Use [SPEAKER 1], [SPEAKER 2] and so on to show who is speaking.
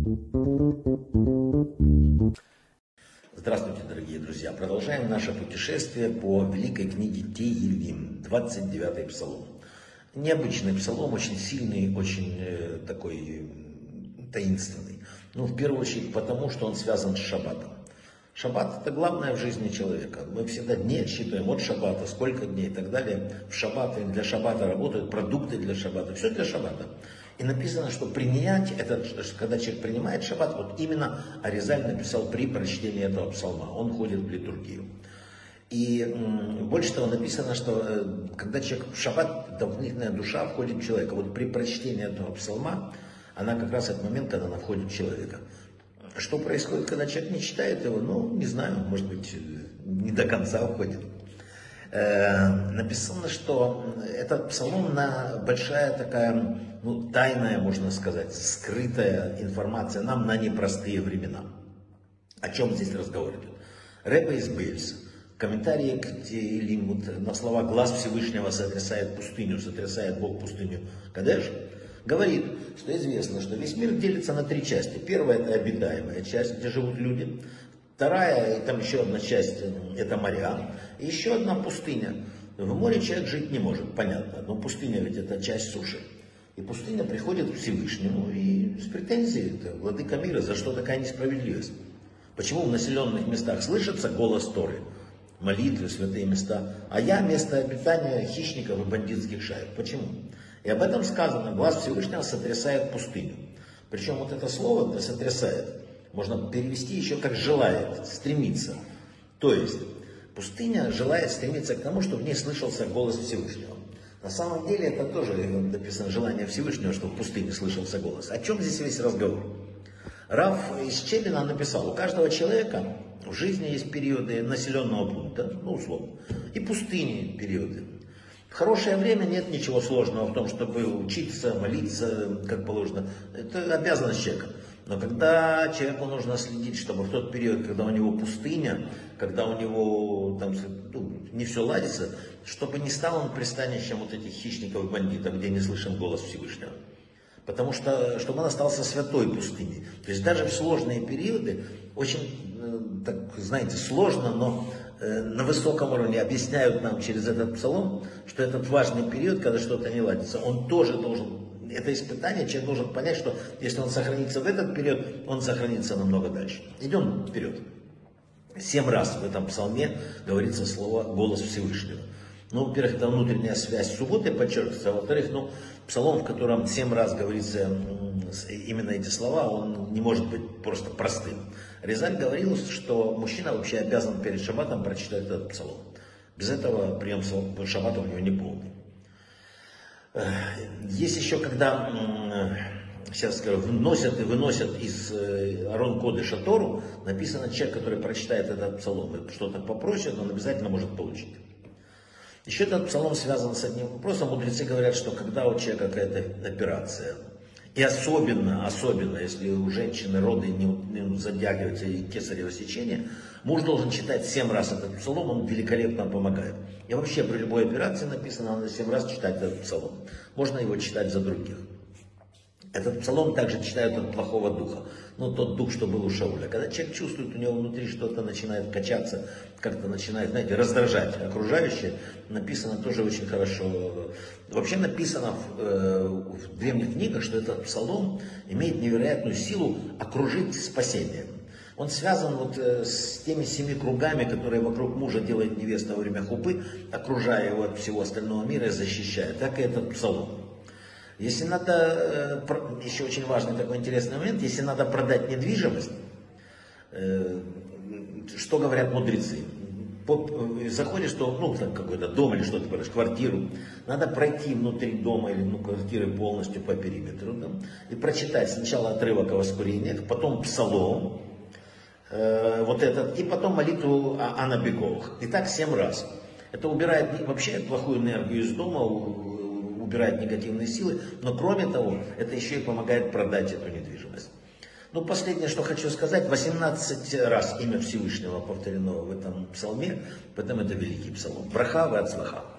[SPEAKER 1] Здравствуйте, дорогие друзья! Продолжаем наше путешествие по великой книге Теилим, 29-й псалом. Необычный псалом, очень сильный, очень такой таинственный. Ну, в первую очередь потому, что он связан с шаббатом. Шаббат – это главное в жизни человека. Мы всегда дни отсчитываем от шаббата, сколько дней и так далее. В шаббат и для шаббата работают продукты для шаббата, все для шаббата. И написано, что принять, когда человек принимает шаббат, вот именно Аризаль написал при прочтении этого псалма, он ходит в литургию. И больше того написано, что когда человек в шаббат, дополнительная душа входит в человека. Вот при прочтении этого псалма, она как раз этот момент, когда она входит в человека. Что происходит, когда человек не читает его, ну, не знаю, может быть, не до конца уходит. Написано, что этот псалом большая такая, ну, тайная, можно сказать, скрытая информация нам на непростые времена. О чем здесь разговор идет? Ребе из Бельса, комментарии к Теилим, вот, на слова «Глаз Всевышнего сотрясает пустыню, сотрясает Бог пустыню Кадеш», говорит, что известно, что весь мир делится на три части. Первая – это обитаемая часть, где живут люди. Вторая, и там еще одна часть, это моря. И еще одна пустыня. В море человек жить не может, понятно. Но пустыня ведь это часть суши. И пустыня приходит к Всевышнему и с претензией, это владыка мира, за что такая несправедливость? Почему в населенных местах слышится голос Торы, молитвы, святые места, а я место обитания хищников и бандитских шаек? Почему? И об этом сказано, глаз Всевышнего сотрясает пустыню. Причем вот это слово «сотрясает» можно перевести еще как «желает», «стремится». То есть пустыня желает стремиться к тому, чтобы в ней слышался голос Всевышнего. На самом деле это тоже написано желание Всевышнего, чтобы в пустыне слышался голос. О чем здесь весь разговор? Рав из Челина написал, у каждого человека в жизни есть периоды населенного пункта, ну условно, и пустыни периоды. В хорошее время нет ничего сложного в том, чтобы учиться, молиться, как положено. Это обязанность человека. Но когда человеку нужно следить, чтобы в тот период, когда у него пустыня, когда у него там, не все ладится, чтобы не стал он пристанищем вот этих хищников и бандитов, где не слышен голос Всевышнего. Потому что, чтобы он остался святой пустыней. То есть даже в сложные периоды, очень, так, знаете, сложно, но на высоком уровне объясняют нам через этот псалом, что этот важный период, когда что-то не ладится, он тоже должен... Это испытание, человек должен понять, что если он сохранится в этот период, он сохранится намного дальше. Идем вперед. 7 раз в этом псалме говорится слово «голос Всевышнего». Ну, во-первых, это внутренняя связь с субботой подчеркивается, а во-вторых, ну, псалом, в котором 7 раз говорится именно эти слова, он не может быть просто простым. Аризаль говорил, что мужчина вообще обязан перед шаббатом прочитать этот псалом. Без этого прием шаббата у него не полный. Есть еще, когда, сейчас скажу, вносят и выносят из Арон Кодеша Тору, написано, человек, который прочитает этот псалом и что-то попросит, он обязательно может получить. Еще этот псалом связан с одним вопросом. Мудрецы говорят, что когда у человека какая-то операция, и особенно, если у женщины роды не затягиваются и кесарево сечение, муж должен читать 7 раз этот псалом, он великолепно помогает. И вообще при любой операции написано, надо 7 раз читать этот псалом. Можно его читать за других. Этот псалом также читают от плохого духа. Ну, тот дух, что был у Шауля. Когда человек чувствует, у него внутри что-то начинает качаться, как-то начинает, знаете, раздражать окружающее, написано тоже очень хорошо. Вообще написано в древних книгах, что этот псалом имеет невероятную силу окружить спасением. Он связан вот с теми 7 кругами, которые вокруг мужа делает невеста во время хупы, окружая его от всего остального мира и защищая. Так и этот псалом. Если надо, еще очень важный такой интересный момент, если надо продать недвижимость, что говорят мудрецы? Заходишь, что, ну, там какой-то дом или что-то, квартиру, надо пройти внутри дома или квартиры полностью по периметру, да, и прочитать сначала отрывок о воскурениях, потом псалом, вот этот, и потом молитву о набеговых. И так 7 раз. Это убирает вообще плохую энергию из дома, убирает негативные силы, но кроме того, это еще и помогает продать эту недвижимость. Ну, последнее, что хочу сказать, 18 раз имя Всевышнего повторено в этом псалме, поэтому это великий псалом. Браха ве ацлаха.